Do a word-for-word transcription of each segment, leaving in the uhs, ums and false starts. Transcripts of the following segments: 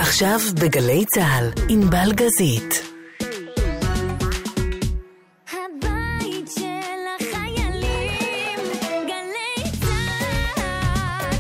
עכשיו בגלי צהל, ענבל גזית. הבית של החיילים, גלי צהל.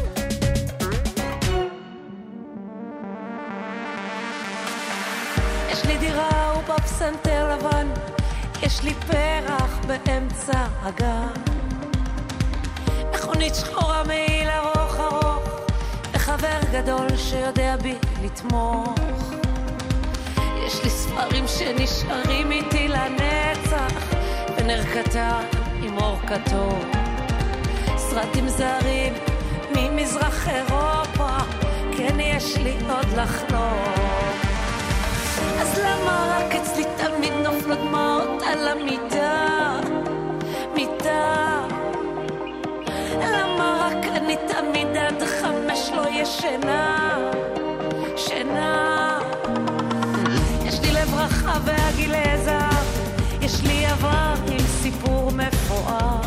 יש לי דירה ובפסנתר לבן, יש לי פרח באמצע הגן, מכונית שחורה מעיל ארוך ארוך, וחבר גדול שיודע בי לתמוך. יש לי ספרים שנשארים איתי לנצח, ונר קטן עם אור כתוב, סרטים זרים ממזרח אירופה, כן יש לי עוד לחלום. אז למה רק אצלי תמיד נופלות דמעות על המיטה, מיטה? למה רק אני תמיד עד חמש לא ישנה, שינה? יש לי לב רחב והגילי זהב, יש לי עבר עם סיפור מפואר,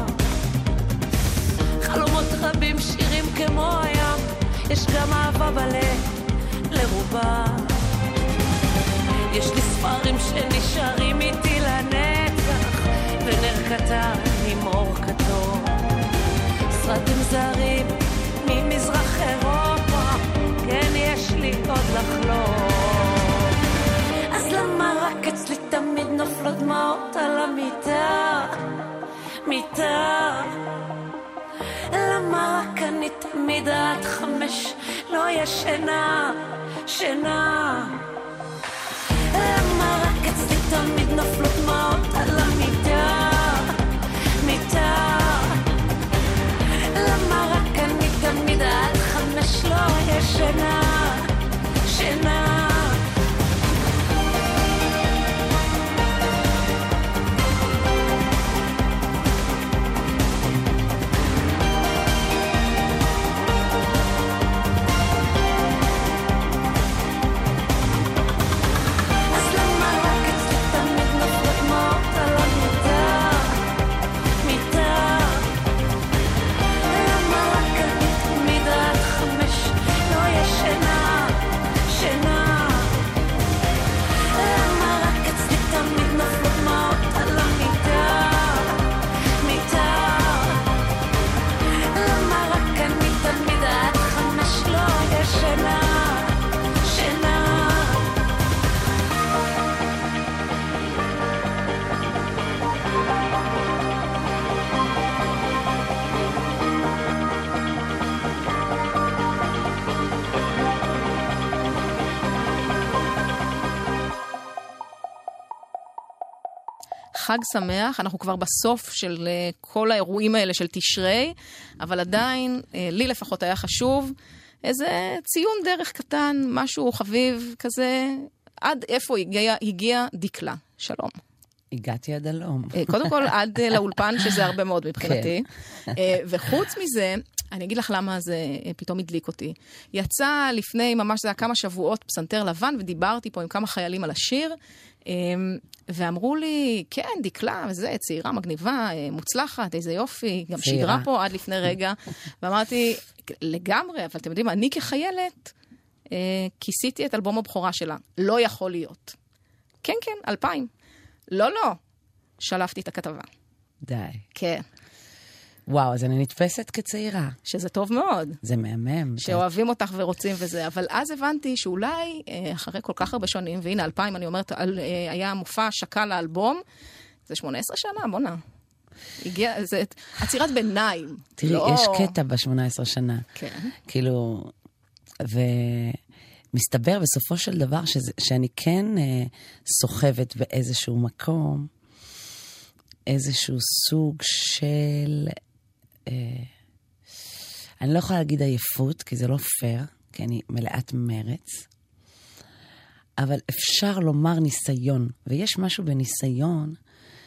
חלומות רבים, שירים כמו הים, יש גם אהבה בלב לרובה. יש לי ספרים שנשארים איתי לנצח, ונר קטן עם אור כתוב, סרטים זרים ממזרח אירופה, כן יש לי עוד לחלום. אז למה רק אצלי תמיד נופלות דמעות על המיטה, מיטה? למה רק אני תמיד עד חמש לא ישנה, שינה? למה רק אצלי תמיד נופלות דמעות על המיטה, מיטה? למה רק אני תמיד עד חמש לא ישנה, שינה? חג שמח, אנחנו כבר בסוף של כל האירועים האלה של תשרי, אבל עדיין, לי לפחות היה חשוב, איזה ציון דרך קטן, משהו חביב כזה, עד איפה הגיע, הגיע דקלה. שלום. הגעתי עד הלום. קודם כל, עד לאולפן, שזה הרבה מאוד מבחינתי. וחוץ מזה, אני אגיד לך למה זה פתאום הדליק אותי. יצא לפני ממש זה היה כמה שבועות פסנתר לבן, ודיברתי פה עם כמה חיילים על השיר, ואמרו לי, כן, דקלה, וזה, צעירה, מגניבה, מוצלחת, איזה יופי, גם צעירה. שידרה פה עד לפני רגע, ואמרתי, לגמרי, אבל אתם יודעים, אני כחיילת, כיסיתי את אלבום הבכורה שלה, לא יכול להיות. כן, כן, אלפיים. לא, לא, שלפתי את הכתבה. די. כן. וואו, אז אני נתפסת כצעירה. שזה טוב מאוד. זה מהמם. שאוהבים אותך ורוצים וזה, אבל אז הבנתי שאולי, אחרי כל כך הרבה שנים, והנה אלפיים, אני אומרת, היה מופע שקה לאלבום, זה שמונה עשרה שנה, בונה. הגיע, זה עצירת ביניים. תראי, לא... יש קטע ב-שמונה עשרה שנה. כן. כאילו, ומסתבר בסופו של דבר, שזה, שאני כן אה, סוחבת באיזשהו מקום, איזשהו סוג של... אני לא יכולה להגיד עייפות, כי זה לא פייר, כי אני מלאת מרץ, אבל אפשר לומר ניסיון, ויש משהו בניסיון,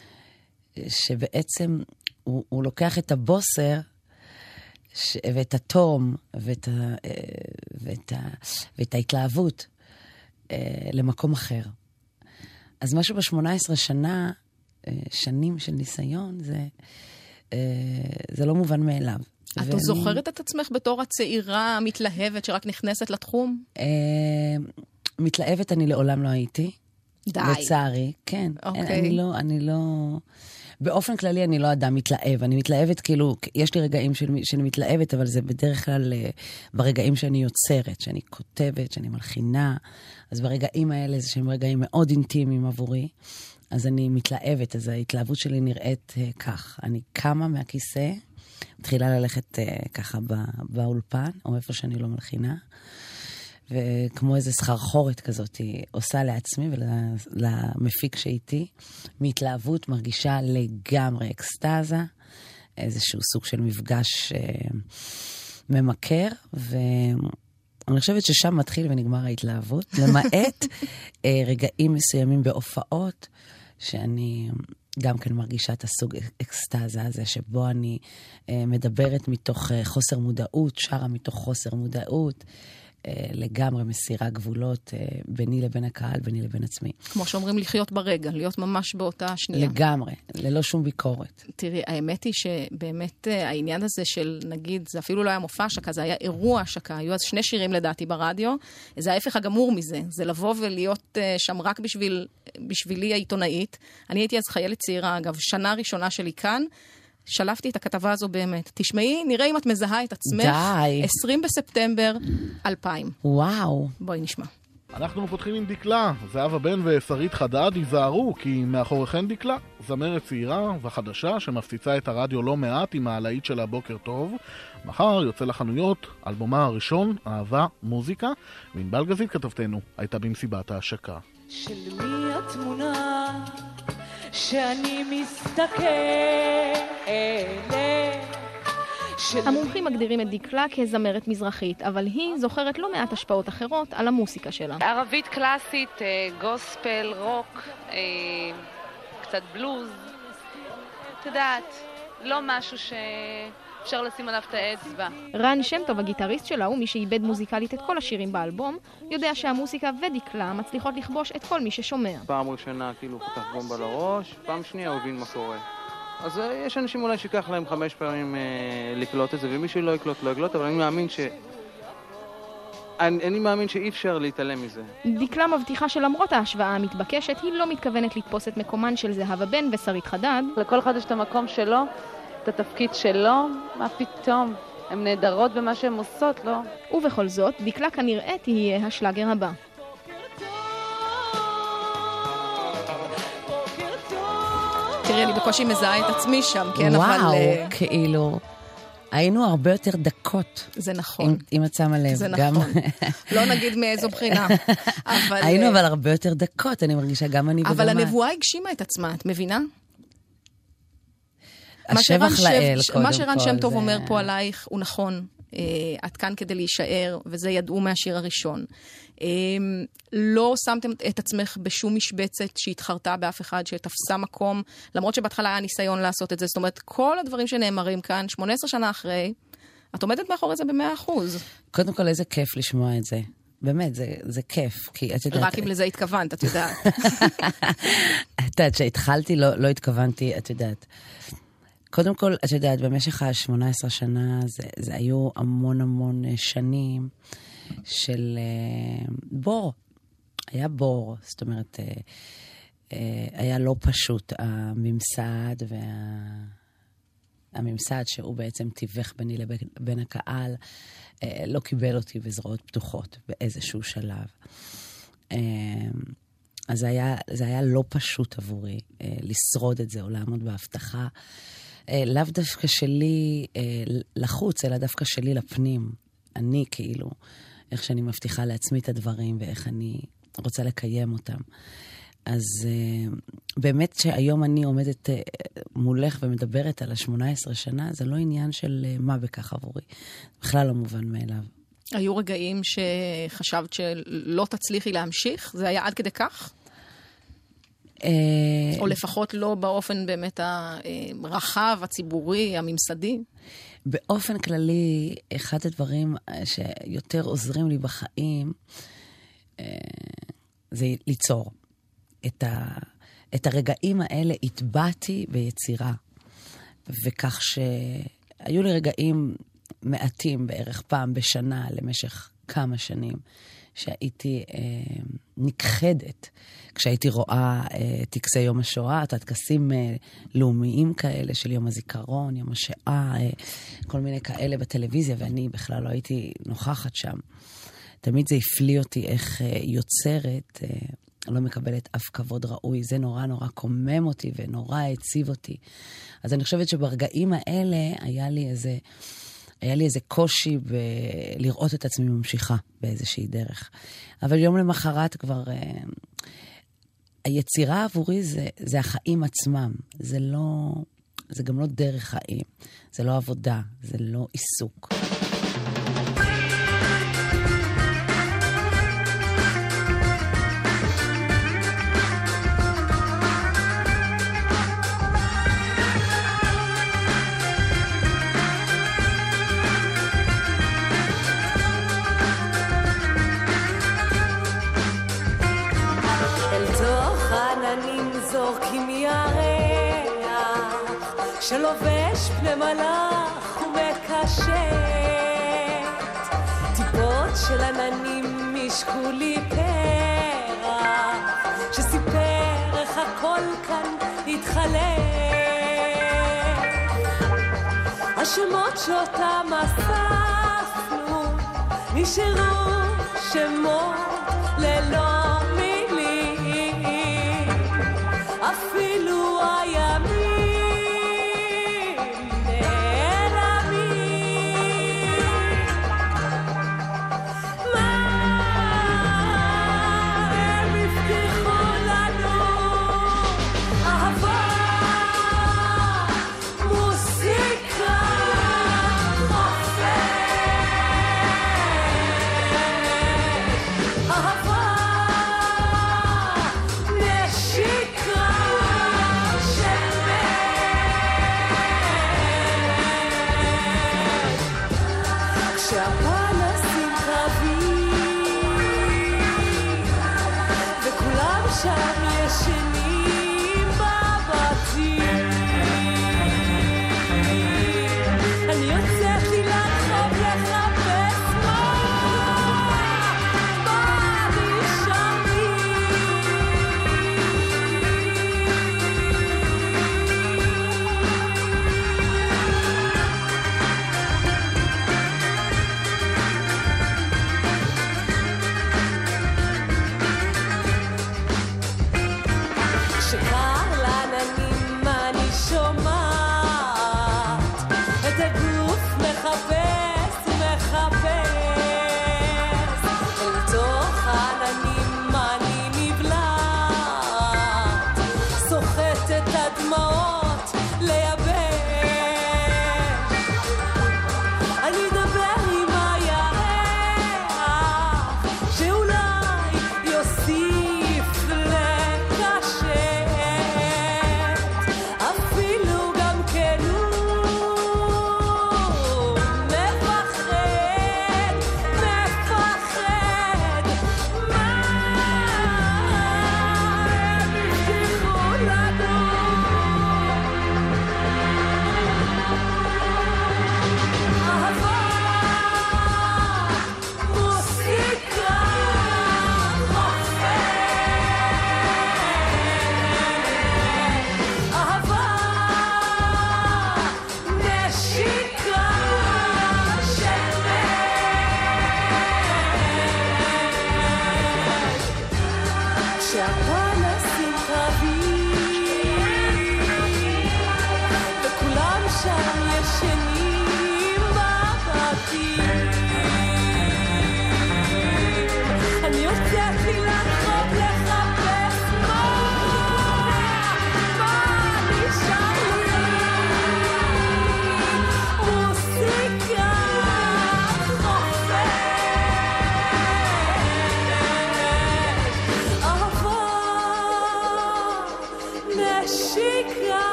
שבעצם הוא, הוא לוקח את הבוסר, ש... ואת התום, ואת, ה... ואת, ה... ואת ההתלהבות, למקום אחר. אז משהו ב-שמונה עשרה שנה, שנים של ניסיון, זה... זה לא מובן מאליו. את ואני... זוכרת את עצמך בתור הצעירה המתלהבת שרק נכנסת לתחום? מתלהבת אני לעולם לא הייתי. די. לצערי, כן. אוקיי. אני לא, אני לא... באופן כללי אני לא אדם מתלהב. אני מתלהבת כאילו, יש לי רגעים של, שאני מתלהבת, אבל זה בדרך כלל ברגעים שאני יוצרת, שאני כותבת, שאני מלחינה. אז ברגעים האלה זה שהם רגעים מאוד אינטימיים עבורי. אז אני מתלהבת, אז ההתלהבות שלי נראית uh, כך. אני קמה מהכיסא, מתחילה ללכת uh, ככה בא, באולפן, או איפה שאני לא מלחינה, וכמו איזה סחרחורת כזאת, היא עושה לעצמי ולמפיק שאיתי, מהתלהבות מרגישה לגמרי אקסטאזה, איזשהו סוג של מפגש uh, ממכר, ו... אני חושבת ששם מתחיל ונגמר ההתלהבות, למעט רגעים מסוימים בהופעות, שאני גם כן מרגישה את הסוג אקסטאזה הזה, שבו אני מדברת מתוך חוסר מודעות, שרה מתוך חוסר מודעות, לגמרי מסירה גבולות ביני לבין הקהל, ביני לבין עצמי. כמו שאומרים, לחיות ברגע, להיות ממש באותה שנייה. לגמרי, ללא שום ביקורת. תראי, האמת היא שבאמת העניין הזה של, נגיד, זה אפילו לא היה מופע השקה, זה היה אירוע השקה, היו אז שני שירים לדעתי ברדיו, זה ההפך הגמור מזה, זה לבוא ולהיות שם רק בשביל, בשבילי העיתונאית. אני הייתי אז חיילת צעירה, אגב, שנה ראשונה שלי כאן, שלפתי את הכתבה הזו באמת. תשמעי, נראה אם את מזהה את עצמך. די. עשרים בספטמבר אלפיים. וואו. בואי נשמע. אנחנו פותחים עם דקלה. זהבה בן ושרית חדד ייזהרו, כי מאחוריכן דקלה, זמרת צעירה וחדשה שמפציצה את הרדיו לא מעט עם העלאית של הבוקר טוב. מחר יוצא לחנויות, אלבומה הראשון, אהבה, מוזיקה, וענבל גזית כתבתנו, הייתה במסיבת ההשקה. של מי התמונה שאני מסתכל המומחים מגדירים את דקלה כזמרת מזרחית, אבל היא זוכרת לא מעט השפעות אחרות על המוסיקה שלה. ערבית קלאסית, גוספל, רוק, קצת בלוז. את יודעת, לא משהו שאפשר לשים עליו את האצבע. רן שם טוב, הגיטריסט שלה, הוא מי שאיבד מוזיקלית את כל השירים באלבום, יודע שהמוסיקה ודקלה מצליחות לכבוש את כל מי ששומע. פעם ראשונה כאילו פתח בומבה לראש, פעם שנייה הוא הבין מה קורה. אז יש אנשים אולי שיקח להם חמש פעמים אה, לקלוט את זה, ומי שלא יקלוט לא יקלוט, אבל אני מאמין ש... אני, אני מאמין שאי אפשר להתעלם מזה. דקלה מבטיחה שלמרות ההשוואה המתבקשת, היא לא מתכוונת לתפוס את מקומן של זהבה בן ושרית חדד. לכל אחד יש את המקום שלו, את התפקיד שלו, מה פתאום? הן נהדרות במה שהן עושות, לא? ובכל זאת, דקלה כנראה תהיה השלאגר הבא. תראי, אני בקושי מזהה את עצמי שם, כן? וואו, אבל... כאילו, היינו הרבה יותר דקות. זה נכון. אם, אם את שמה לב. זה גם... נכון. לא נגיד מאיזו בחינה. אבל... היינו אבל הרבה יותר דקות, אני מרגישה גם אני וגם... אבל הנבואה הגשימה את עצמה, את מבינה? השבח לאל, קודם כל. מה שרן שם טוב אומר פה עלייך הוא נכון. את כאן כדי להישאר, וזה ידעו מהשיר הראשון. לא שמתם את עצמך בשום משבצת שהתחרתה באף אחד, שתפסה מקום, למרות שבהתחלה היה ניסיון לעשות את זה. זאת אומרת, כל הדברים שנאמרים כאן, שמונה עשרה שנה אחרי, את עומדת מאחורי זה במאה אחוז. קודם כל, איזה כיף לשמוע את זה. באמת, זה, זה כיף. כי את יודעת... רק אם לזה התכוונת, את יודעת. את יודעת, שהתחלתי, לא, לא התכוונתי, את יודעת. קודם כל, את יודעת, במשך ה-שמונה עשרה שנה, זה, זה היו המון המון שנים של uh, בור. היה בור, זאת אומרת, uh, uh, היה לא פשוט הממסד, וה... הממסד שהוא בעצם תיווך ביני לבין בין הקהל, uh, לא קיבל אותי בזרועות פתוחות באיזשהו שלב. Uh, אז זה היה, זה היה לא פשוט עבורי uh, לשרוד את זה או לעמוד בהבטחה. לאו דווקא שלי לחוץ, אלא דווקא שלי לפנים. אני כאילו, איך שאני מבטיחה לעצמי את הדברים, ואיך אני רוצה לקיים אותם. אז באמת שהיום אני עומדת מולך ומדברת על ה-שמונה עשרה שנה, זה לא עניין של מה בכך עבורי. בכלל לא מובן מאליו. היו רגעים שחשבת שלא תצליחי להמשיך? זה היה עד כדי כך? או לפחות לא באופן באמת הרחב, הציבורי, הממסדי? באופן כללי, אחד הדברים שיותר עוזרים לי בחיים, זה ליצור. את, ה, את הרגעים האלה התבעתי ביצירה. וכך שהיו לי רגעים מעטים בערך פעם בשנה למשך כמה שנים, שהייתי אה, נכחדת כשהייתי רואה אה, טקסי יום השואה, הטקסים אה, לאומיים כאלה של יום הזיכרון, יום השעה, אה, כל מיני כאלה בטלוויזיה, ואני בכלל לא הייתי נוכחת שם. תמיד זה הפליא אותי איך אה, יוצרת אה, לא מקבלת אף כבוד ראוי. זה נורא נורא קומם אותי ונורא הציב אותי. אז אני חושבת שברגעים האלה היה לי איזה... היה לי איזה קושי בלראות את עצמי ממשיכה באיזושהי דרך. אבל יום למחרת כבר... היצירה עבורי זה, זה החיים עצמם. זה לא... זה גם לא דרך חיים. זה לא עבודה. זה לא עיסוק. שלובש פני מלאך ומקשט טיפות של עננים משקו לי פרח שסיפר איך הכל כאן התחלף השמות שאותם אספנו נשארו שמות ללא מילים אפילו הימים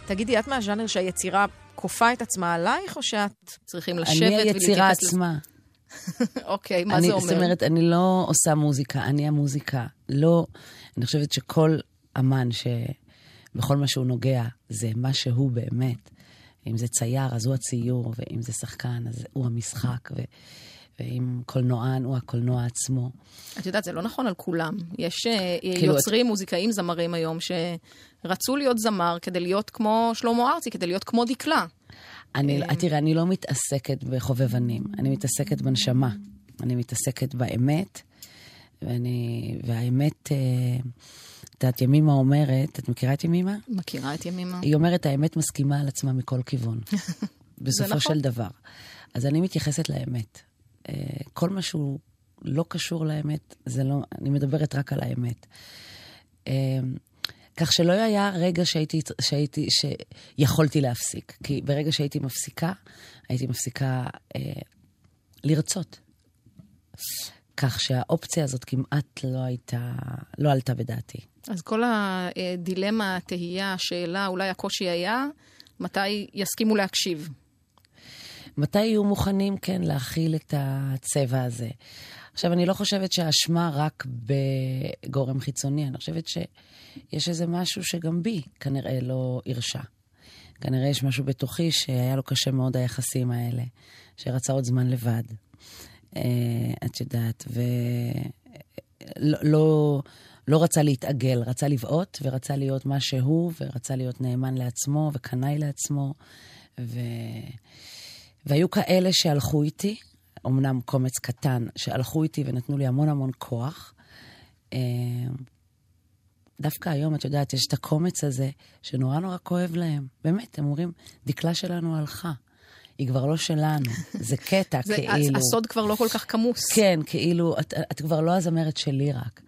תגידי, את מהז'אנר שהיצירה כופה את עצמה עלייך, או שאת צריכים לשבת אני ולהתייחס היצירה לזה? עצמה. אוקיי, מה אני, זה אומר? זאת אומרת, אני לא עושה מוזיקה, אני המוזיקה. לא, אני חושבת שכל אמן שבכל מה שהוא נוגע, זה מה שהוא באמת. אם זה צייר, אז הוא הציור, ואם זה שחקן, אז הוא המשחק, ו... ואם קולנוען הוא הקולנוע עצמו. את יודעת, זה לא נכון על כולם. יש כאילו יוצרים, מוזיקאים, זמרים היום, שרצו להיות זמר כדי להיות כמו שלמה ארצי, כדי להיות כמו דקלה. אני, תראה, אני לא מתעסקת בחובבנים, אני מתעסקת בנשמה. אני מתעסקת באמת, ואני, והאמת, את יודעת, ימימה אומרת, את מכירה את ימימה? מכירה את ימימה. היא אומרת, האמת מסכימה על עצמה מכל כיוון. בסופו של דבר. אז אני מתייחסת לאמת. כל משהו לא קשור לאמת, זה לא, אני מדברת רק על האמת. כך שלא היה רגע שהייתי, שהייתי, שיכולתי להפסיק. כי ברגע שהייתי מפסיקה, הייתי מפסיקה אה, לרצות. כך שהאופציה הזאת כמעט לא הייתה, לא עלתה בדעתי. אז כל הדילמה, התהייה, השאלה, אולי הקושי היה, מתי יסכימו להקשיב? מתי יהיו מוכנים, כן, להכיל את הצבע הזה? עכשיו, אני לא חושבת שהאשמה רק בגורם חיצוני, אני חושבת שיש איזה משהו שגם בי כנראה לא הרשה. כנראה יש משהו בתוכי שהיה לו קשה מאוד היחסים האלה, שרצה עוד זמן לבד. את יודעת, ולא לא, לא רצה להתעגל, רצה לבעוט, ורצה להיות מה שהוא, ורצה להיות נאמן לעצמו, וקנאי לעצמו, ו... והיו כאלה שהלכו איתי, אמנם קומץ קטן, שהלכו איתי ונתנו לי המון המון כוח. דווקא היום, את יודעת, יש את הקומץ הזה, שנורא נורא כואב להם. באמת, הם אומרים, דקלה שלנו הלכה. היא כבר לא שלנו. זה קטע, זה, כאילו. הסוד כבר לא כל כך כמוס. כן, כאילו, את, את כבר לא הזמרת שלי רק.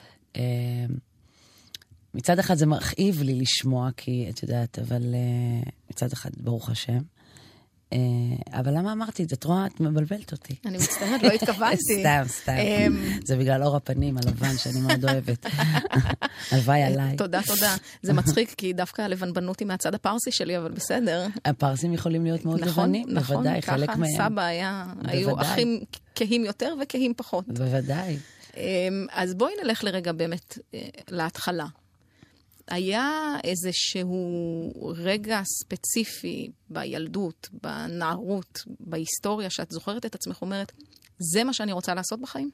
מצד אחד זה מרחיב לי לשמוע, כי את יודעת, אבל מצד אחד, ברוך השם. אבל למה אמרתי את זה? את רואה, את מבלבלת אותי. אני מצטערת, לא התכוונתי. סתם, סתם. זה בגלל אור הפנים הלבן שאני מאוד אוהבת. הלוואי עליי. תודה, תודה. זה מצחיק, כי דווקא הלבנבנות היא מהצד הפרסי שלי, אבל בסדר. הפרסים יכולים להיות מאוד לבנים, בוודאי, חלק מהם. ככה סבא היה, היו אחים כהים יותר וכהים פחות. בוודאי. אז בואי נלך לרגע באמת להתחלה. היה איזשהו רגע ספציפי בילדות, בנערות, בהיסטוריה, שאת זוכרת את עצמך אומרת, זה מה שאני רוצה לעשות בחיים?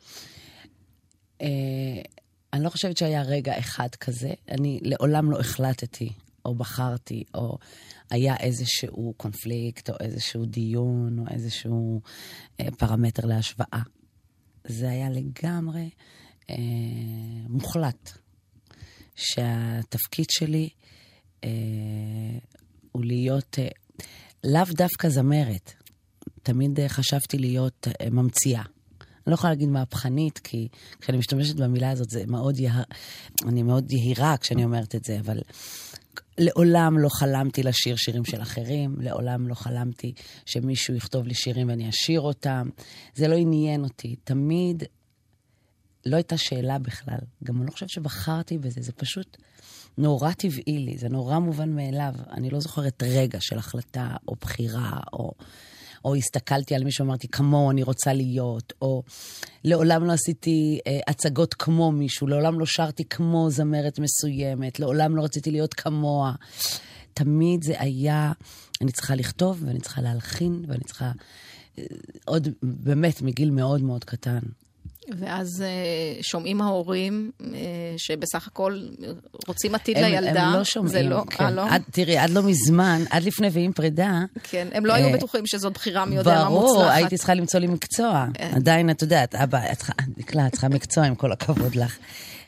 אני לא חושבת שהיה רגע אחד כזה. אני לעולם לא החלטתי, או בחרתי, או היה איזשהו קונפליקט, או איזשהו דיון, או איזשהו פרמטר להשוואה. זה היה לגמרי מוחלט. שהתפקיד שלי אה, הוא להיות, אה, לאו דווקא זמרת. תמיד אה, חשבתי להיות אה, ממציאה. אני לא יכולה להגיד מהפכנית, כי כשאני משתמשת במילה הזאת, זה מאוד יה... אני מאוד יהירה כשאני אומרת את זה, אבל לעולם לא חלמתי לשיר שירים של אחרים, לעולם לא חלמתי שמישהו יכתוב לי שירים ואני אשיר אותם. זה לא עניין אותי. תמיד... לא הייתה שאלה בכלל. גם אני לא חושבת שבחרתי בזה. זה פשוט נורא טבעי לי. זה נורא מובן מאליו. אני לא זוכרת רגע של החלטה או בחירה, או, או הסתכלתי על מישהו ואמרתי, כמו אני רוצה להיות, או לעולם לא עשיתי אה, הצגות כמו מישהו, לעולם לא שרתי כמו זמרת מסוימת, לעולם לא רציתי להיות כמוה. תמיד זה היה, אני צריכה לכתוב, ואני צריכה להלחין, ואני צריכה, אה, עוד באמת מגיל מאוד מאוד קטן. ואז שומעים ההורים שבסך הכל רוצים עתיד הם, לילדה. הם לא שומעים, זה לא, כן. לא? עד, תראי, עד לא מזמן, עד לפני ועם פרידה. כן, הם לא היו בטוחים שזאת בחירה מי יודע מה ברור, מוצלחת. הייתי צריכה למצוא לי מקצוע. עדיין, את יודעת, אבא, את צריכה, דקלה, את צריכה מקצוע עם כל הכבוד לך.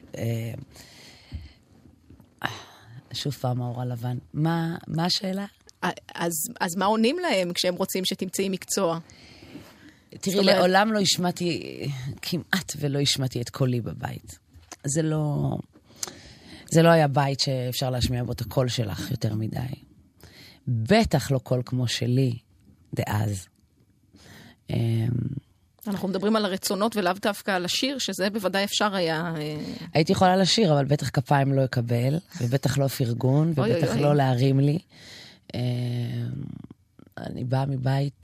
שוב פעם האור הלבן. מה, מה השאלה? אז, אז מה עונים להם כשהם רוצים שתמצאי מקצוע? תראי, לעולם לא השמעתי, כמעט ולא השמעתי את קולי בבית. זה לא, זה לא היה בית שאפשר להשמיע בו את הקול שלך יותר מדי. בטח לא קול כמו שלי, דאז. אנחנו מדברים על הרצונות ולאו דווקא על השיר, שזה בוודאי אפשר היה... הייתי יכולה לשיר, אבל בטח כפיים לא יקבל, ובטח לא פרגון, ובטח לא להרים לי. אני באה מבית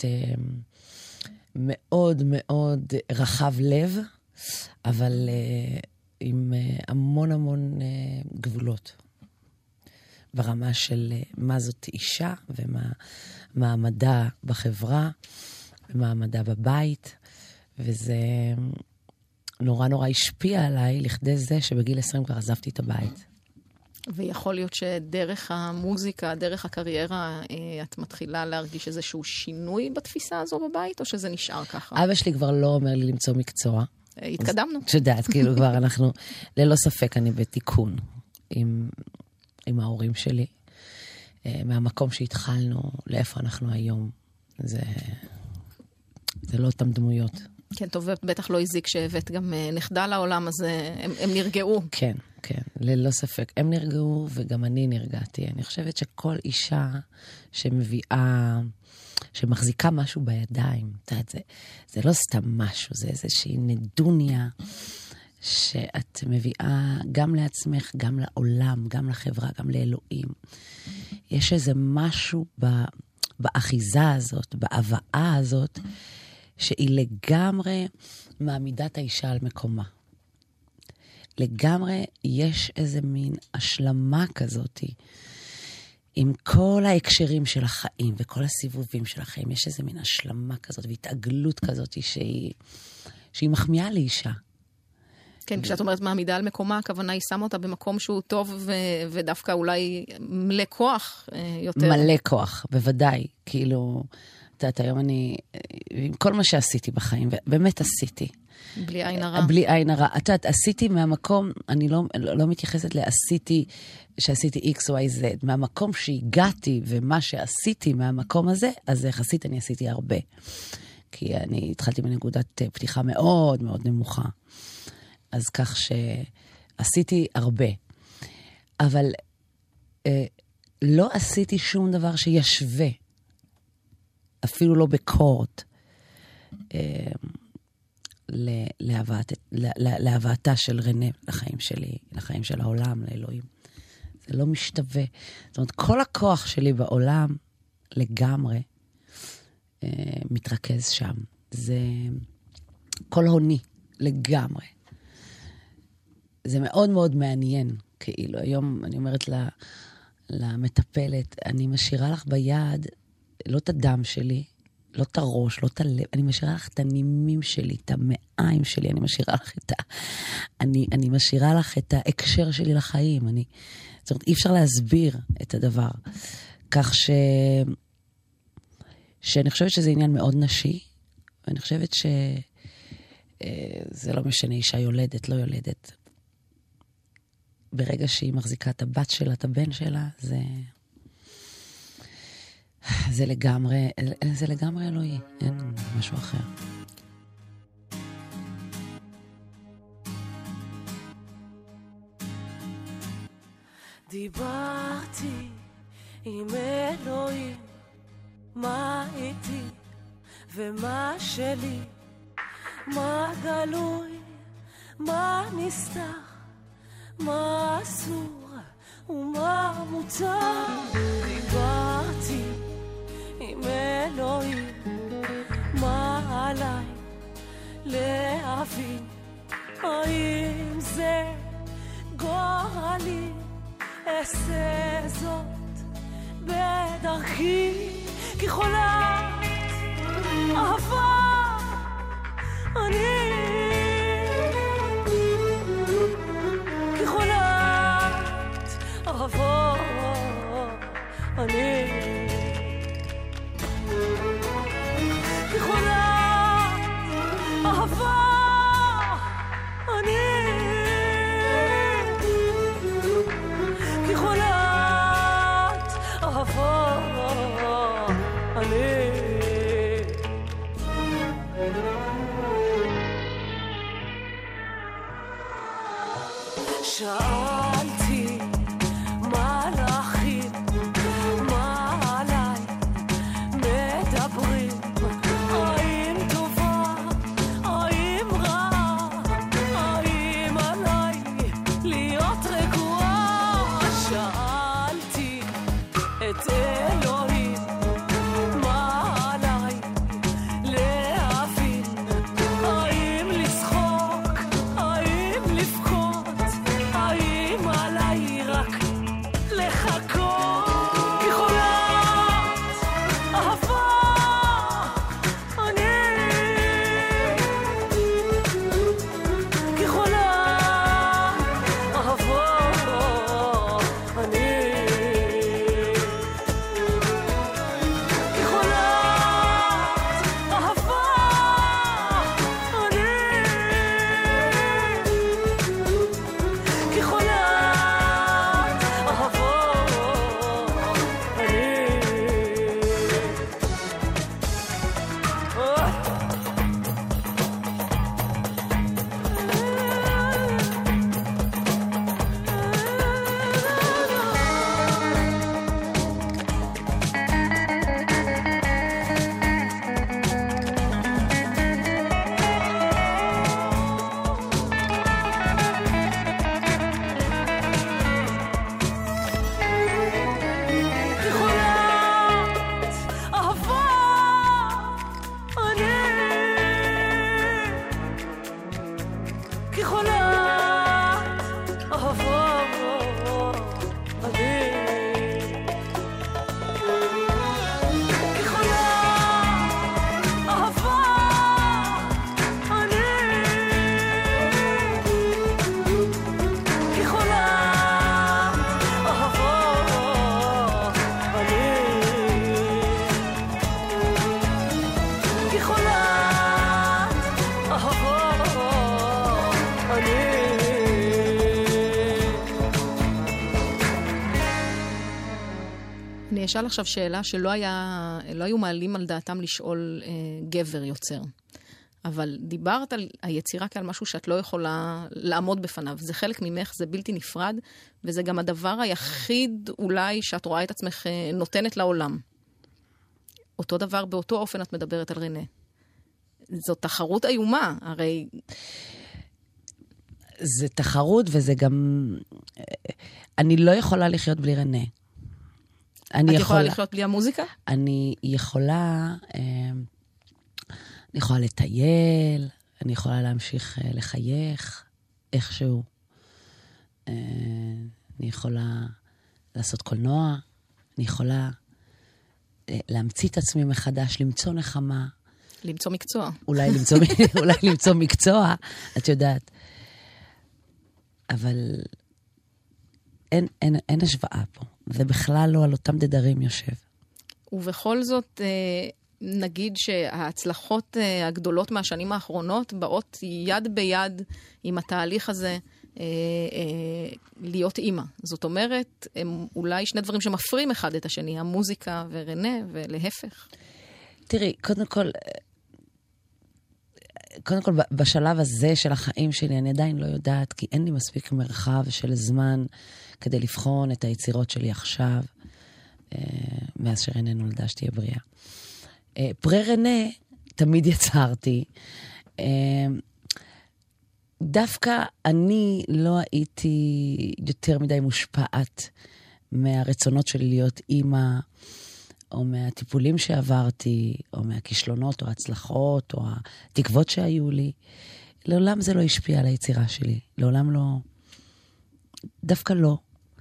מאוד מאוד רחב לב, אבל עם המון המון גבולות. ברמה של מה זאת אישה, ומה מעמדה בחברה, ומעמדה בבית, וזה נורא נורא השפיע עליי לכדי זה שבגיל עשרים כבר עזבתי את הבית. ויכול להיות שדרך המוזיקה, דרך הקריירה, את מתחילה להרגיש איזשהו שינוי בתפיסה הזו בבית, או שזה נשאר ככה? אבא שלי כבר לא אומר לי למצוא מקצוע. התקדמנו. שדעת, כאילו כבר אנחנו, ללא ספק אני בתיקון עם, עם ההורים שלי. מהמקום שהתחלנו, לאיפה אנחנו היום. זה, זה לא אותם דמויות. כן, טוב, בטח לא הזיק שהבאת גם נכדה לעולם, אז הם, הם נרגעו. כן, כן, ללא ספק. הם נרגעו וגם אני נרגעתי. אני חושבת שכל אישה שמביאה, שמחזיקה משהו בידיים, זה, זה לא סתם משהו, זה איזושהי נדוניה שאת מביאה גם לעצמך, גם לעולם, גם לחברה, גם לאלוהים. יש איזה משהו ב, באחיזה הזאת, בהבאה הזאת, שהיא לגמרי מעמידת האישה על מקומה. לגמרי יש איזה מין השלמה כזאת, עם כל ההקשרים של החיים וכל הסיבובים של החיים, יש איזה מין השלמה כזאת והתעגלות כזאת שהיא, שהיא מחמיאה לאישה. כן, כשאת אומרת מעמידה על מקומה, הכוונה היא שמה אותה במקום שהוא טוב ו- ודווקא אולי מלא כוח יותר. מלא כוח, בוודאי. כאילו, את יודעת, היום אני, עם כל מה שעשיתי בחיים, באמת עשיתי. בלי עין הרע. בלי עין הרע. את יודעת, עשיתי מהמקום, אני לא, לא, לא מתייחסת לעשיתי, שעשיתי X, Y, Z. מהמקום שהגעתי ומה שעשיתי מהמקום הזה, אז יחסית אני עשיתי הרבה. כי אני התחלתי בנקודת פתיחה מאוד מאוד נמוכה. אז כך שעשיתי הרבה. אבל אה, לא עשיתי שום דבר שישווה, אפילו לא בקורט, אה, להבאת, לה, להבאתה של רנה לחיים שלי, לחיים של העולם, לאלוהים. זה לא משתווה. זאת אומרת, כל הכוח שלי בעולם לגמרי אה, מתרכז שם. זה כל הוני לגמרי. זה מאוד מאוד מעניין, כאילו. היום אני אומרת לה, למטפלת, אני משאירה לך ביד, לא את הדם שלי, לא את הראש, לא את הלב, אני משאירה לך את הנימים שלי, את המעיים שלי, אני משאירה לך את ה... אני, אני משאירה לך את ההקשר שלי לחיים, אני... זאת אומרת, אי אפשר להסביר את הדבר. כך ש... שאני חושבת שזה עניין מאוד נשי, ואני חושבת ש... זה לא משנה, אישה יולדת, לא יולדת. ברגע שהיא מחזיקה את הבת שלה, את הבן שלה, זה... זה לגמרי, זה לגמרי אלוהי, אין משהו אחר. דיברתי עם אלוהים, מה איתי ומה שלי, מה גלוי, מה נסתר, מה אסור ומה מותר. דיברתי עם אלוהים, מה עליי להבין, האם זה גורלי, אעשה זאת בדרכי, כי חולת אהבה אני, כי חולת אהבה אני, כי חולת אהבה אני, כי חולת אהבה אני. שאלתי מלאכים מה עליי מדברים, האם טובה אשאל עכשיו שאלה שלא היה, לא היו מעלים על דעתם לשאול אה, גבר יוצר. אבל דיברת על היצירה כעל משהו שאת לא יכולה לעמוד בפניו. זה חלק ממך, זה בלתי נפרד, וזה גם הדבר היחיד אולי שאת רואה את עצמך אה, נותנת לעולם. אותו דבר, באותו אופן את מדברת על רנה. זו תחרות איומה, הרי... זה תחרות וזה גם... אני לא יכולה לחיות בלי רנה. את יכולה, יכולה לחיות בלי המוזיקה? אני יכולה... אני יכולה לטייל, אני יכולה להמשיך לחייך איכשהו. אני יכולה לעשות קולנוע, אני יכולה להמציא את עצמי מחדש, למצוא נחמה. למצוא מקצוע. אולי למצוא, אולי למצוא מקצוע, את יודעת. אבל אין, אין, אין השוואה פה. זה בכלל לא על אותם דדרים יושב. ובכל זאת, נגיד שההצלחות הגדולות מהשנים האחרונות באות יד ביד עם התהליך הזה להיות אימא. זאת אומרת, הם אולי שני דברים שמפרים אחד את השני, המוזיקה ורנה ולהפך. תראי, קודם כל, קודם כל, בשלב הזה של החיים שלי, אני עדיין לא יודעת, כי אין לי מספיק מרחב של זמן כדי לבחון את היצירות שלי עכשיו, מאז שרנה נולדה שתהיה בריאה. פרה רנה, תמיד יצרתי. דווקא אני לא הייתי יותר מדי מושפעת מהרצונות שלי להיות אימא, או מהטיפולים שעברתי, או מהכישלונות, או ההצלחות, או התקוות שהיו לי. לעולם זה לא השפיע על היצירה שלי. לעולם לא... דווקא לא.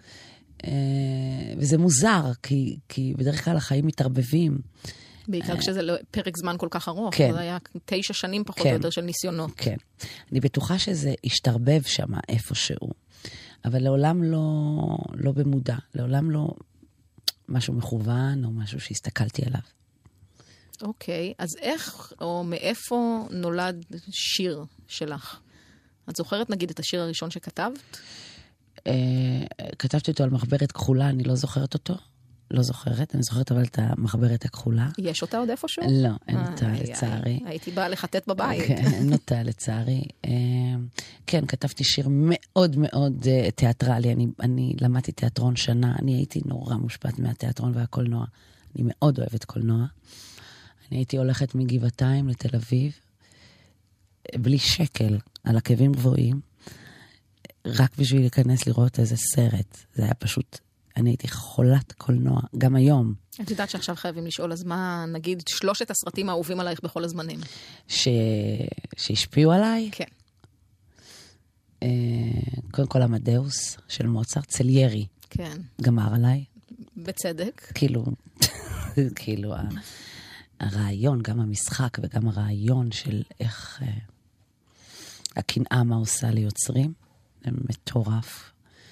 וזה מוזר, כי, כי בדרך כלל החיים מתערבבים. בעיקר כשזה פרק זמן כל כך ארוך. כן. זה היה תשע שנים פחות כן. או יותר של ניסיונות. כן. אני בטוחה שזה השתרבב שם איפשהו. אבל לעולם לא, לא במודע. לעולם לא... משהו מכוון או משהו שהסתכלתי עליו. אוקיי, אז איך או מאיפה נולד שיר שלך? את זוכרת נגיד את השיר הראשון שכתבת? כתבתי אותו על מחברת כחולה, אני לא זוכרת אותו. לא זוכרת, אני זוכרת אבל את המחברת הכחולה. יש אותה עוד איפשהו? לא, אין אותה לצערי. הייתי באה לחטט בבית. אין אותה לצערי. כן, כתבתי שיר מאוד מאוד תיאטרלי. אני למדתי תיאטרון שנה, אני הייתי נורא מושפעת מהתיאטרון והקולנוע. אני מאוד אוהבת קולנוע. אני הייתי הולכת מגבעתיים לתל אביב, בלי שקל, על עקבים גבוהים, רק בשביל להיכנס לראות איזה סרט. זה היה פשוט... אני הייתי חולת קולנוע, גם היום. את יודעת שעכשיו חייבים לשאול, אז מה, נגיד, שלושת הסרטים האהובים עלייך בכל הזמנים? ש... שהשפיעו עליי? כן. אה, קודם כל, המדאוס של מוצרט, סליירי. כן. גמר עליי. בצדק. כאילו, כאילו, הרעיון, גם המשחק וגם הרעיון של איך אה, הקנאה מה עושה ליוצרים, זה מטורף.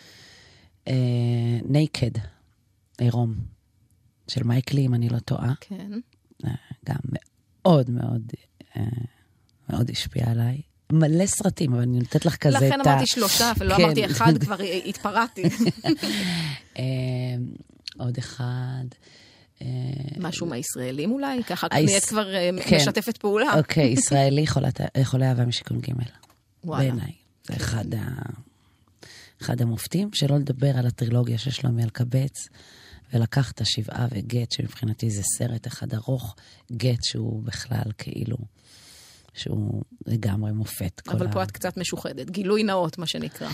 נייקד, עירום, של מייקלי, אם אני לא טועה. כן. גם מאוד מאוד, מאוד השפיע עליי. מלא סרטים, אבל אני נותנת לך כזה את ה... לכן אמרתי שלושה, ולא אמרתי אחד, כבר התפרעתי. עוד אחד. משהו מהישראלים אולי? ככה נהיית כבר משתפת פעולה. אוקיי, ישראלי, חולה אהבה משיקון ג' בעיניי. זה אחד ה... אחד המופתים, שלא לדבר על הטרילוגיה של שלומי אלקבץ, ולקחת שבעה וגט, שמבחינתי זה סרט אחד ארוך, גט שהוא בכלל כאילו, שהוא לגמרי מופת. אבל פה את קצת משוחדת, גילוי נאות, מה שנקרא.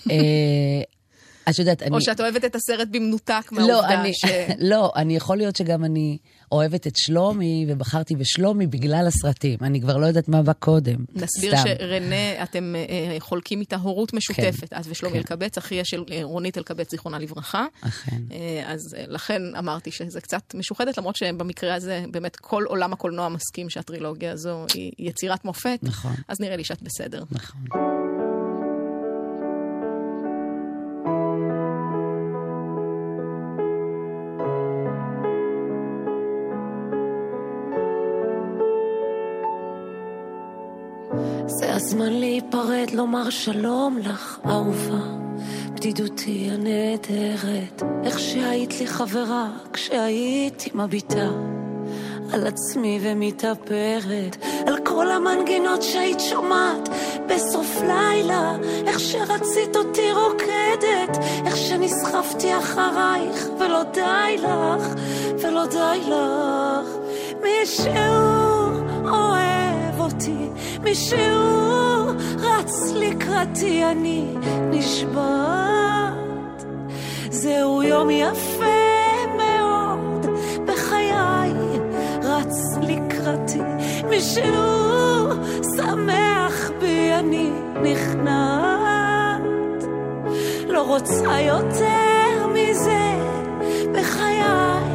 את יודעת, אני... או שאת אוהבת את הסרט במנותק מהעובדה ש... לא, אני יכול להיות שגם אני אוהבת את שלומי, ובחרתי בשלומי בגלל הסרטים. אני כבר לא יודעת מה בא קודם. נסביר שרנה, אתם חולקים איתה הורות משותפת. את ושלומי אלקבץ, אחיה של רונית אלקבץ, זיכרונה לברכה. אכן. אז לכן אמרתי שזה קצת משוחדת, למרות שבמקרה הזה באמת כל עולם הקולנוע מסכים שהטרילוגיה הזו היא יצירת מופת. נכון. אז נראה לי שאת בסדר. נכון. זה הזמן להיפרד, לומר שלום לך, אהובה. בבדידותי הנהדרת, איך שהיית לי חברה כשהייתי מביטה על עצמי ומתאפרת, על כל המנגינות שהיית שומעת בסוף לילה, איך שרצית אותי רוקדת, איך שנסחפתי אחרייך ולא די לך, ולא די לך. מישהו אוהב אותי, מישהו רץ לקראתי, אני נשבעת. זהו יום יפה מאוד בחיי, רץ לקראתי, מישהו שמח בי, אני נכנעת. לא רוצה יותר מזה בחיי.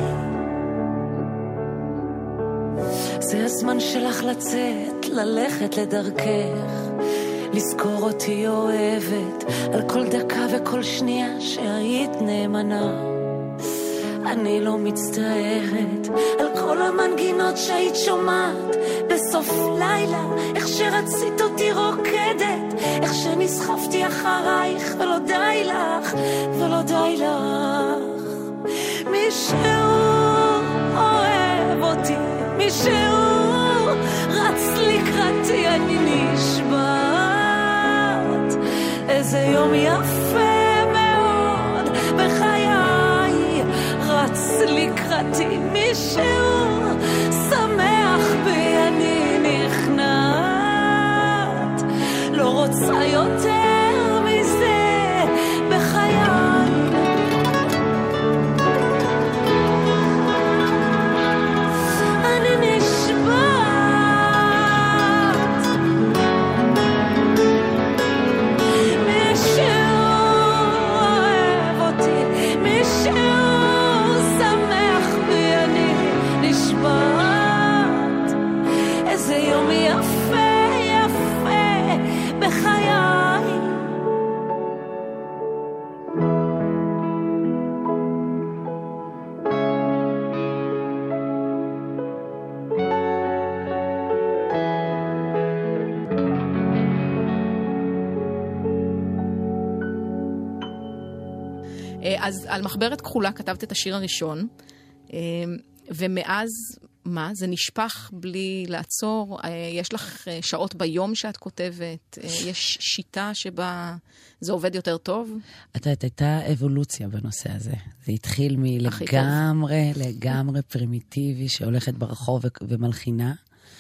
זה הזמן שלך לצאת, ללכת לדרכך, לזכור אותי אוהבת על כל דקה וכל שנייה שהיית נאמנה. אני לא מצטערת על כל המנגינות שהיית שומעת בסוף לילה, איך שרצית אותי רוקדת, איך שנסחפתי אחרייך ולא די לך, ולא די לך. מישהו אוהב אותי, מישהו רץ לקראתי, אני נשבעת. איזה יום יפה מאוד בחיי, רץ לקראתי, מישהו שמח בי, אני נכנעת. לא רוצה יותר מזה בחיי. אני נשבעת. מישהו אוהב אותי, מישהו איזה יום יפה יפה בחיי. אז על מחברת כחולה כתבת את השיר הראשון, ומאז מה? זה נשפך בלי לעצור? יש לך שעות ביום שאת כותבת? יש שיטה שבה זה עובד יותר טוב? אתה הייתה אבולוציה בנושא הזה. זה התחיל מלגמרי, לגמרי פרימיטיבי, שהולכת ברחוב ומלחינה.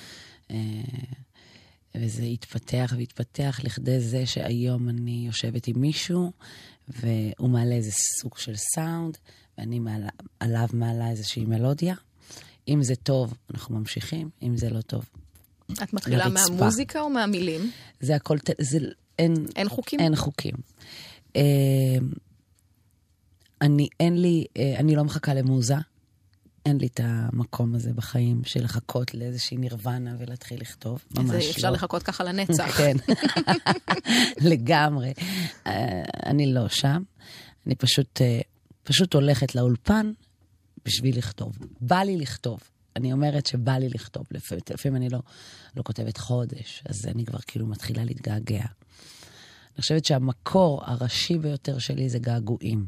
וזה התפתח והתפתח לכדי זה שהיום אני יושבת עם מישהו, והוא מעלה איזה סוג של סאונד, ואני מעלה, עליו מעלה איזושהי מלודיה. אם זה טוב, אנחנו ממשיכים. אם זה לא טוב, את מתחילה לרצפה. מהמוזיקה או מהמילים? זה הכל, זה, אין, אין חוקים? אין חוקים. אה, אני, אין לי, אה, אני לא מחכה למוזה. אין לי את המקום הזה בחיים של לחכות לאיזושהי נירוונה ולהתחיל לכתוב. ממש לא. אפשר לחכות ככה לנצח. כן. לגמרי. אה, אני לא שם. אני פשוט, אה, פשוט הולכת לאולפן, בשביל לכתוב. בא לי לכתוב. אני אומרת שבא לי לכתוב. לפעמים, לפעמים אני לא, לא כותבת חודש, אז אני כבר כאילו מתחילה להתגעגע. אני חושבת שהמקור הראשי ביותר שלי זה געגועים.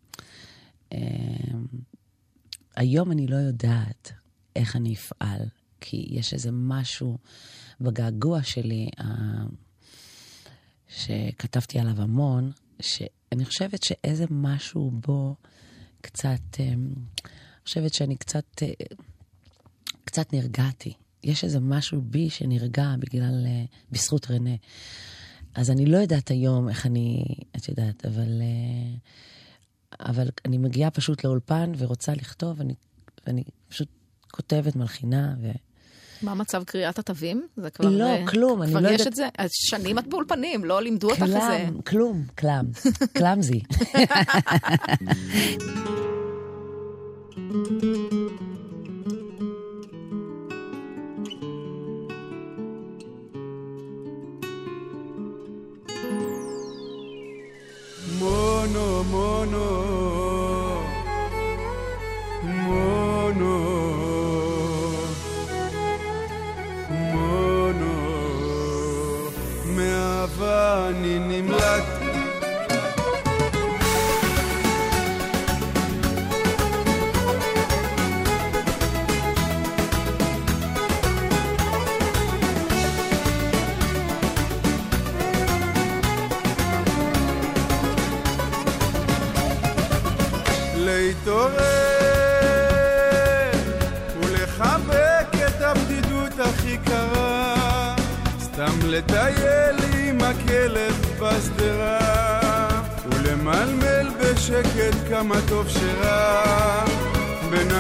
היום אני לא יודעת איך אני אפעל, כי יש איזה משהו בגעגוע שלי, שכתבתי עליו המון, שאני חושבת שאיזה משהו בו קצת, אני חושבת שאני קצת, קצת נרגעתי. יש איזה משהו בי שנרגע בגלל, בזכות רנה. אז אני לא יודעת היום איך אני, את יודעת, אבל, אבל אני מגיעה פשוט לאולפן ורוצה לכתוב, ואני, ואני פשוט כותבת, מלחינה ו... מה מצב קריאת התווים? זה כבר... לא, כלום, אני לא יודעת... כבר יש את זה? אז שנים את באולפנים, לא לימדו אותך את זה. כלום, כלם, קלאמזי. מונו, מונו, מונו, מונו, מאהבה אני נמלט, להתעורר ולחבק את הבדידות הכי קרה, סתם לטייל עם הכלב בסדרה ולמלמל בשקט כמה טוב שרע בין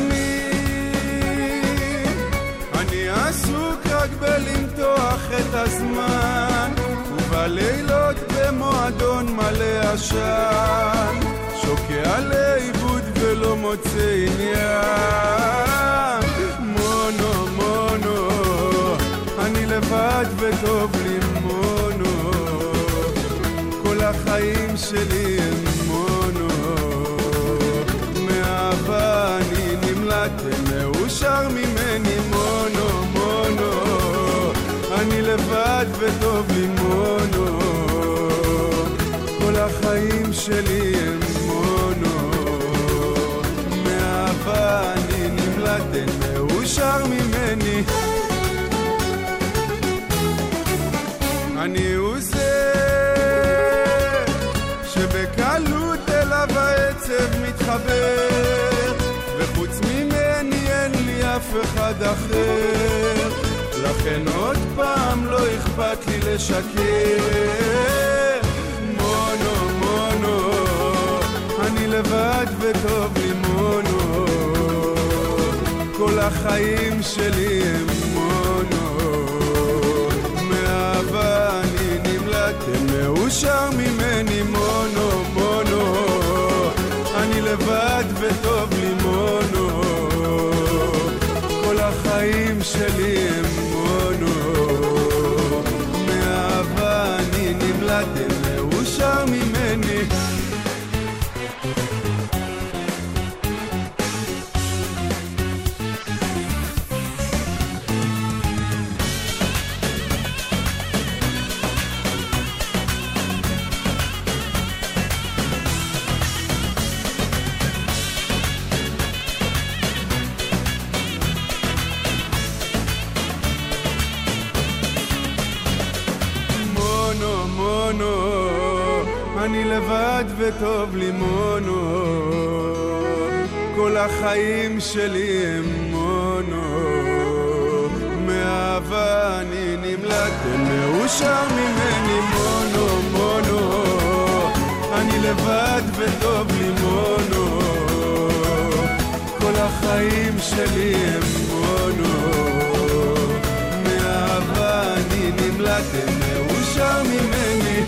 הימים. אני עסוק רק בלמתוח את הזמן ובלילות במועדון מלא עשן, שוקע לאיבוד ולא מוצא עניין. מונו מונו אני לבד וטוב לי מונו, כל החיים שלי הם מונו, מאהבה אני נמלט ומאושר ממני. מונו מונו אני לבד וטוב לי מונו, כל החיים שלי הם מונו, מאהבה אני נמלט ומאושר ממני. אני הוא זה שבקלות אליו העצב מתחבר, וחוץ ממני אין לי אף אחד אחר, לכן עוד פעם לא אכפת לי לשקר. מונו מונו אני לבד וטוב לי מונו, כל החיים שלי הם מונו, מאהבה אני נמלט ומאושר ממני. מונו מונו אני לבד וטוב לי מונו, כל החיים שלי הם מונו, מאהבה אני נמלט ומאושר ממני. אני לבד וטוב לי מונו, כל החיים שלי הם מונו, מאהבה אני נמלט ומאושר ממני. מונו מונו אני לבד וטוב לי מונו, כל החיים שלי הם מונו, מאהבה אני נמלט ומאושר ממני.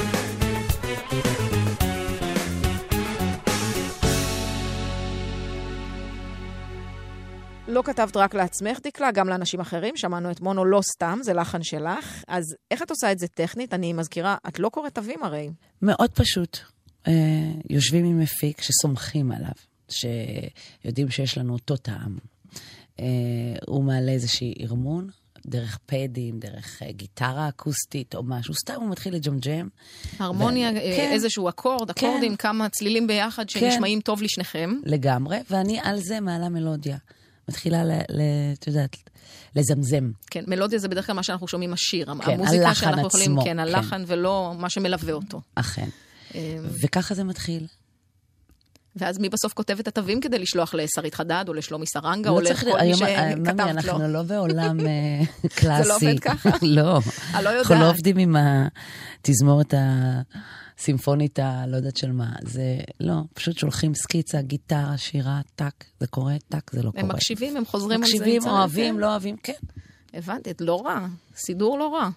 לא כתבת רק לעצמך, דקלה, גם לאנשים אחרים. שמענו את מונו לא סתם, זה לחן שלך. אז איך את עושה את זה טכנית? אני מזכירה, את לא קוראת תווים הרי. מאוד פשוט. אה, יושבים עם מפיק שסומכים עליו, שיודעים שיש לנו אותו טעם. אה, הוא מעלה איזושהי ארמון, דרך פדים, דרך uh, גיטרה אקוסטית או משהו. סתם הוא מתחיל לג'ם-ג'ם. הרמוניה, ו... כן. כן. איזשהו אקורד, אקורדים, כן. כמה צלילים ביחד שנשמעים כן. טוב לשניכם. לגמרי, ואני על זה מעלה מלודיה. מתחילה, ל, ל, את יודעת, לזמזם. כן, מלודיה זה בדרך כלל מה שאנחנו שומעים השיר. כן, המוזיקה הלחן שאנחנו עצמו. יכולים, כן, הלחן כן. ולא מה שמלווה אותו. אכן. וככה זה מתחיל. ואז מי בסוף כותב את התווים כדי לשלוח לשרית חדד, או לשלומי סרנגה, או לא לכל מי שכתבת לו? ממי, אנחנו לא בעולם קלאסי. זה לא עובד ככה? לא. אני לא יודעת. אנחנו לא עובדים עם התזמורת הסימפונית, הלא יודעת של מה. זה לא, פשוט שולחים סקיצה, גיטרה, שירה, טק. זה קורה, טק, זה לא קורה. הם מקשיבים, הם חוזרים על זה. מקשיבים, אוהבים, לא אוהבים, כן. הבנתי, לא רע. סידור לא רע.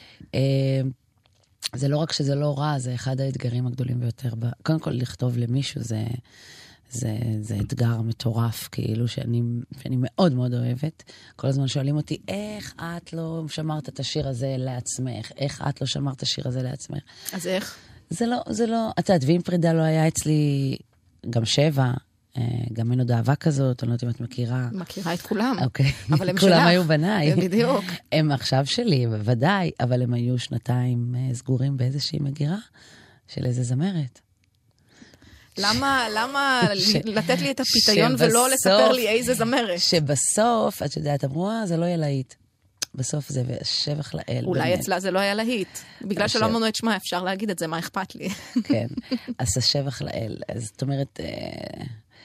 זה לא רק שזה לא רע, זה אחד האתגרים הגדולים ביותר. קודם כל, לכתוב למישהו זה, זה, זה אתגר מטורף, כאילו, שאני, שאני מאוד מאוד אוהבת. כל הזמן שואלים אותי, איך את לא שמרת את השיר הזה לעצמך? איך את לא שמרת את השיר הזה לעצמך? אז איך? זה לא, זה לא, את יודעת, ואם פרידה לא היה אצלי גם שבע, גם אין עוד אהבה כזאת, אני לא יודעת אם את מכירה. מכירה את כולם. אוקיי. אבל הם שלך. כולם היו בניי. בדיוק. הם עכשיו שלי, בוודאי, אבל הם היו שנתיים סגורים באיזושהי מגירה של איזה זמרת. למה, למה לתת לי את הפיתיון ולא לספר לי איזה זמרת? שבסוף, את יודעת, אמרו, זה לא יהיה להיט. בסוף זה שבח לאל. אולי אצלה זה לא היה להיט. בגלל שלא אמרנו את שמה, אפשר להגיד את זה, מה אכפת לי? כן, אז השבח לאל. אז זאת אומרת,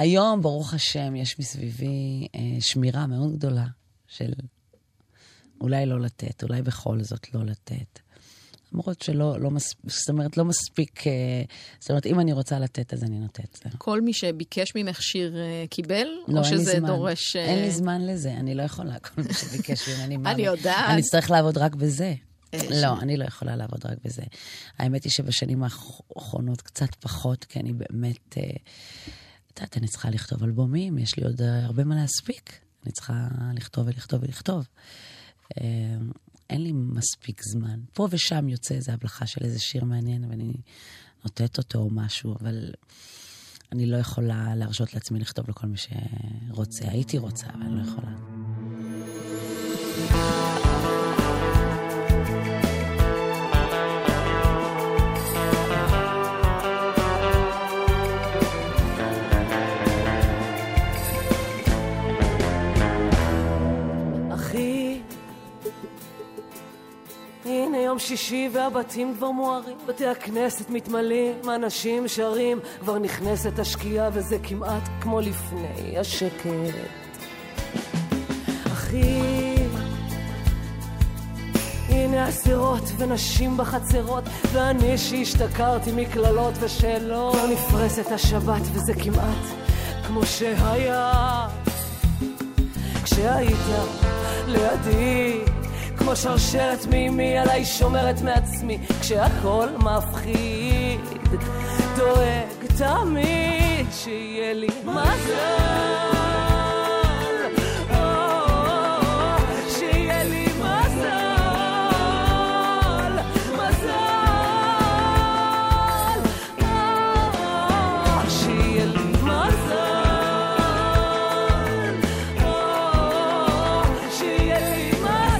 היום, ברוך השם, יש מסביבי אה, שמירה מאוד גדולה של אולי לא לתת, אולי בכל זאת לא לתת. למרות שלא, לא מס... זאת אומרת, לא מספיק, אה, זאת אומרת, אם אני רוצה לתת, אז אני נותנת. כל מי שביקש ממך שיר אה, קיבל? לא, או אין לי שזה זמן. דורש... אה... אין לי זמן לזה, אני לא יכולה, כל מי שביקש ממני. אני יודעת. אני אצטרך לעבוד רק בזה. לא, אני לא יכולה לעבוד רק בזה. האמת היא שבשנים האחרונות קצת פחות, כי אני באמת, אה, יודעת, אני צריכה לכתוב אלבומים, יש לי עוד הרבה מה להספיק. אני צריכה לכתוב ולכתוב ולכתוב. אה, אין לי מספיק זמן. פה ושם יוצא איזו הבלחה של איזה שיר מעניין, ואני נותנת אותו או משהו, אבל אני לא יכולה להרשות לעצמי לכתוב לכל מי שרוצה. הייתי רוצה, אבל אני לא יכולה. הנה יום שישי והבתים כבר מוארים, בתי הכנסת מתמלאים, אנשים שרים, כבר נכנסת השקיעה וזה כמעט כמו לפני השקט. אחי, הנה הסירות ונשים בחצרות, ואני שהשתכרתי מכללות ושאלות, כבר נפרסת השבת וזה כמעט כמו שהיה כשהיית לידי, כמו שרשרת מימי עליי שומרת מעצמי, כשהכל מפחיד, דואג תמיד שיהיה לי מזל, שיהיה לי מזל, מזל, שיהיה לי מזל, שיהיה לי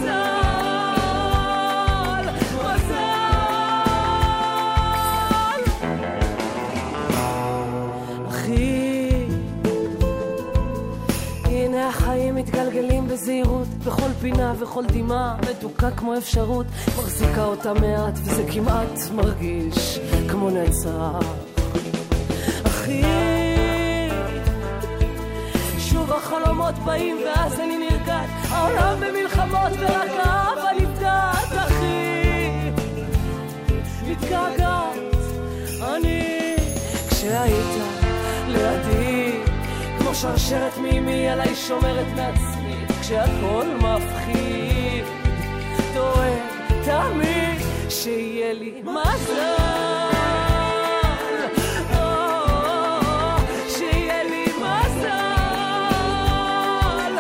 מתגלגלים בזהירות, בכל פינה וכל דימה מתוקה כמו אפשרות, מחזיקה אותה מעט וזה כמעט מרגיש כמו נצח. אחי, שוב החלומות באים ואז אני נרגעת, העולם במלחמות ורק האהבה נבדעת. אחי, מתגעגעת אני כשהיית לידי, כמו שרשרת מימי עליי שומרת מעצמי, כשהכל מפחיד, דואג תמיד שיהיה לי מזל, שיהיה לי מזל,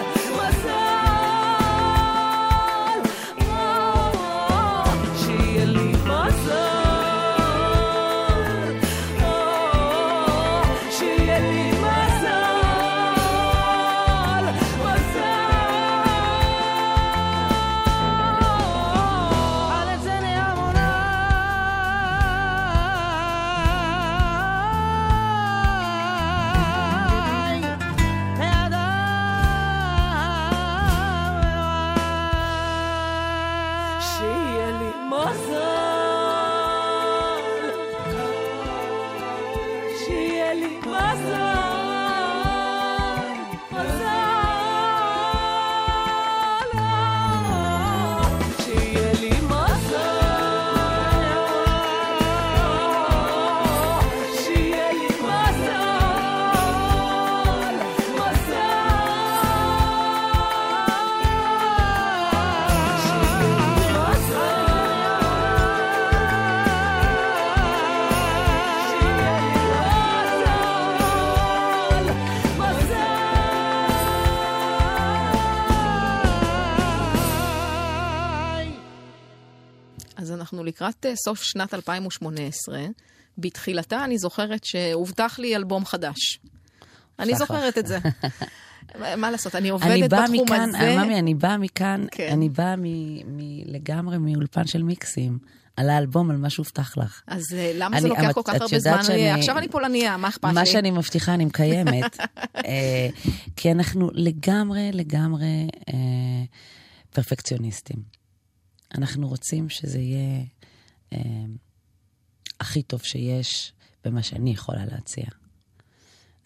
מזל, שיהיה לי מזל, שיהיה לי אנחנו לקראת סוף שנת אלפיים ושמונה עשרה, בתחילתה אני זוכרת שהובטח לי אלבום חדש. אני זוכרת את זה. מה לעשות, אני עובדת בתחום הזה. ממי, אני באה מכאן, אני באה לגמרי מאולפן של מיקסים, על האלבום, על מה שהובטח לך. אז למה זה לוקח כל כך הרבה זמן? עכשיו אני פולניה, מה אכפת לי? מה שאני מבטיחה, אני מקיימת. כי אנחנו לגמרי, לגמרי פרפקציוניסטים. אנחנו רוצים שזה יהיה הכי טוב שיש במה שאני יכולה להציע.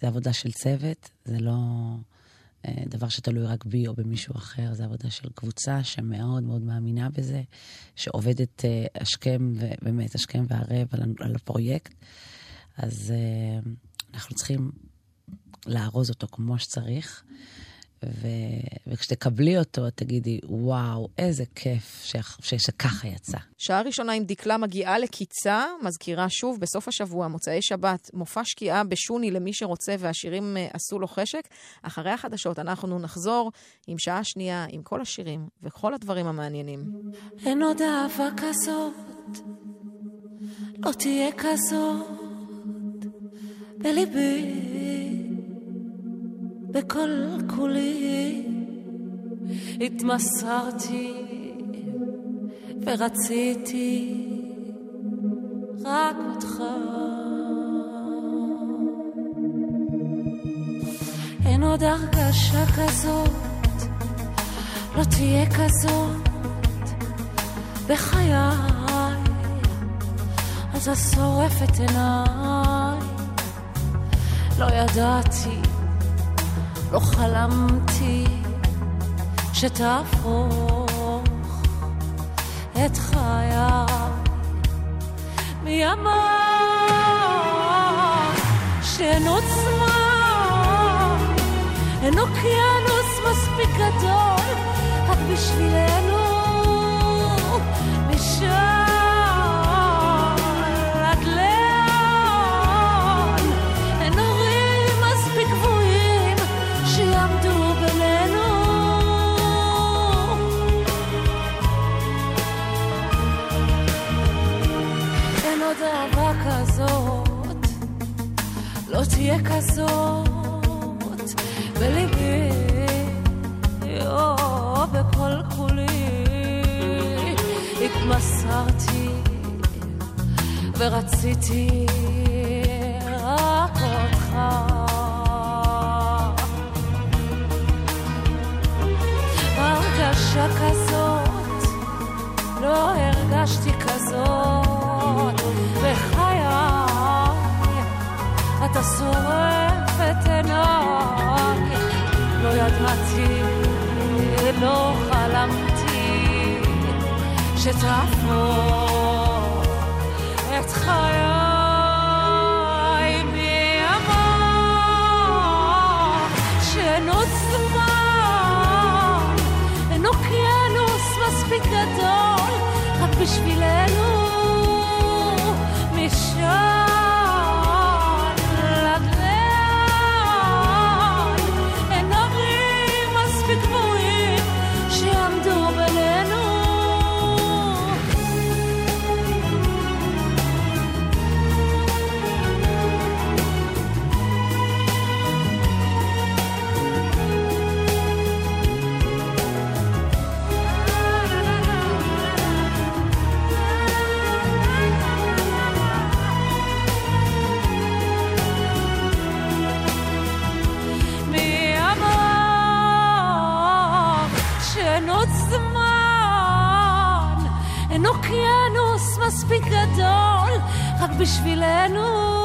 זה עבודה של צוות, זה לא דבר שתלוי רק בי או במישהו אחר, זה עבודה של קבוצה שמאוד מאוד מאמינה בזה, שעובדת השכם, ובאמת השכם והערב על, על הפרויקט. אז אנחנו צריכים לארוז אותו כמו שצריך, ו... וכשתקבלי אותו, תגידי, וואו, איזה כיף ש... ש... שככה יצא. שעה ראשונה עם דקלה מגיעה לקיצה, מזכירה שוב בסוף השבוע, מוצאי שבת, מופע שקיעה בשוני למי שרוצה, והשירים עשו לו חשק. אחרי החדשות אנחנו נחזור עם שעה שנייה, עם כל השירים וכל הדברים המעניינים. אין עוד אהבה כזאת, לא תהיה כזאת, בליבי, בכל כולי התמסרתי ורציתי רק אותך. אין עוד הרגשה כזאת, לא תהיה כזאת בחיי, אז השורפת עיניי. לא ידעתי, לא חלמתי שתהפוך את חיי. מי אמר שאין עוצמה, אין אוקיינוס מספיק גדול רק בשבילנו משם עד לאן. אין הורים מספיק גבוהים שיעמדו בינינו. אין עוד אהבה כזאת, לא תהיה כזאת בליבי, או בכל כולי התמסרתי ורציתי רק אותך. הרגשה כזאת לא הרגשתי כזאת בחיי. אתה שורף את עיניי. לא ידעתי, לא חלמתי שתהפוך את חיי. מי אמר שאין עוד זמן, אין אוקיינוס מספיק גדול רק בשבילנו משם שיעמדו בינינו. מי אמר שאין עוד זמן, אין אוקיינוס מספיק גדול רק בשבילנו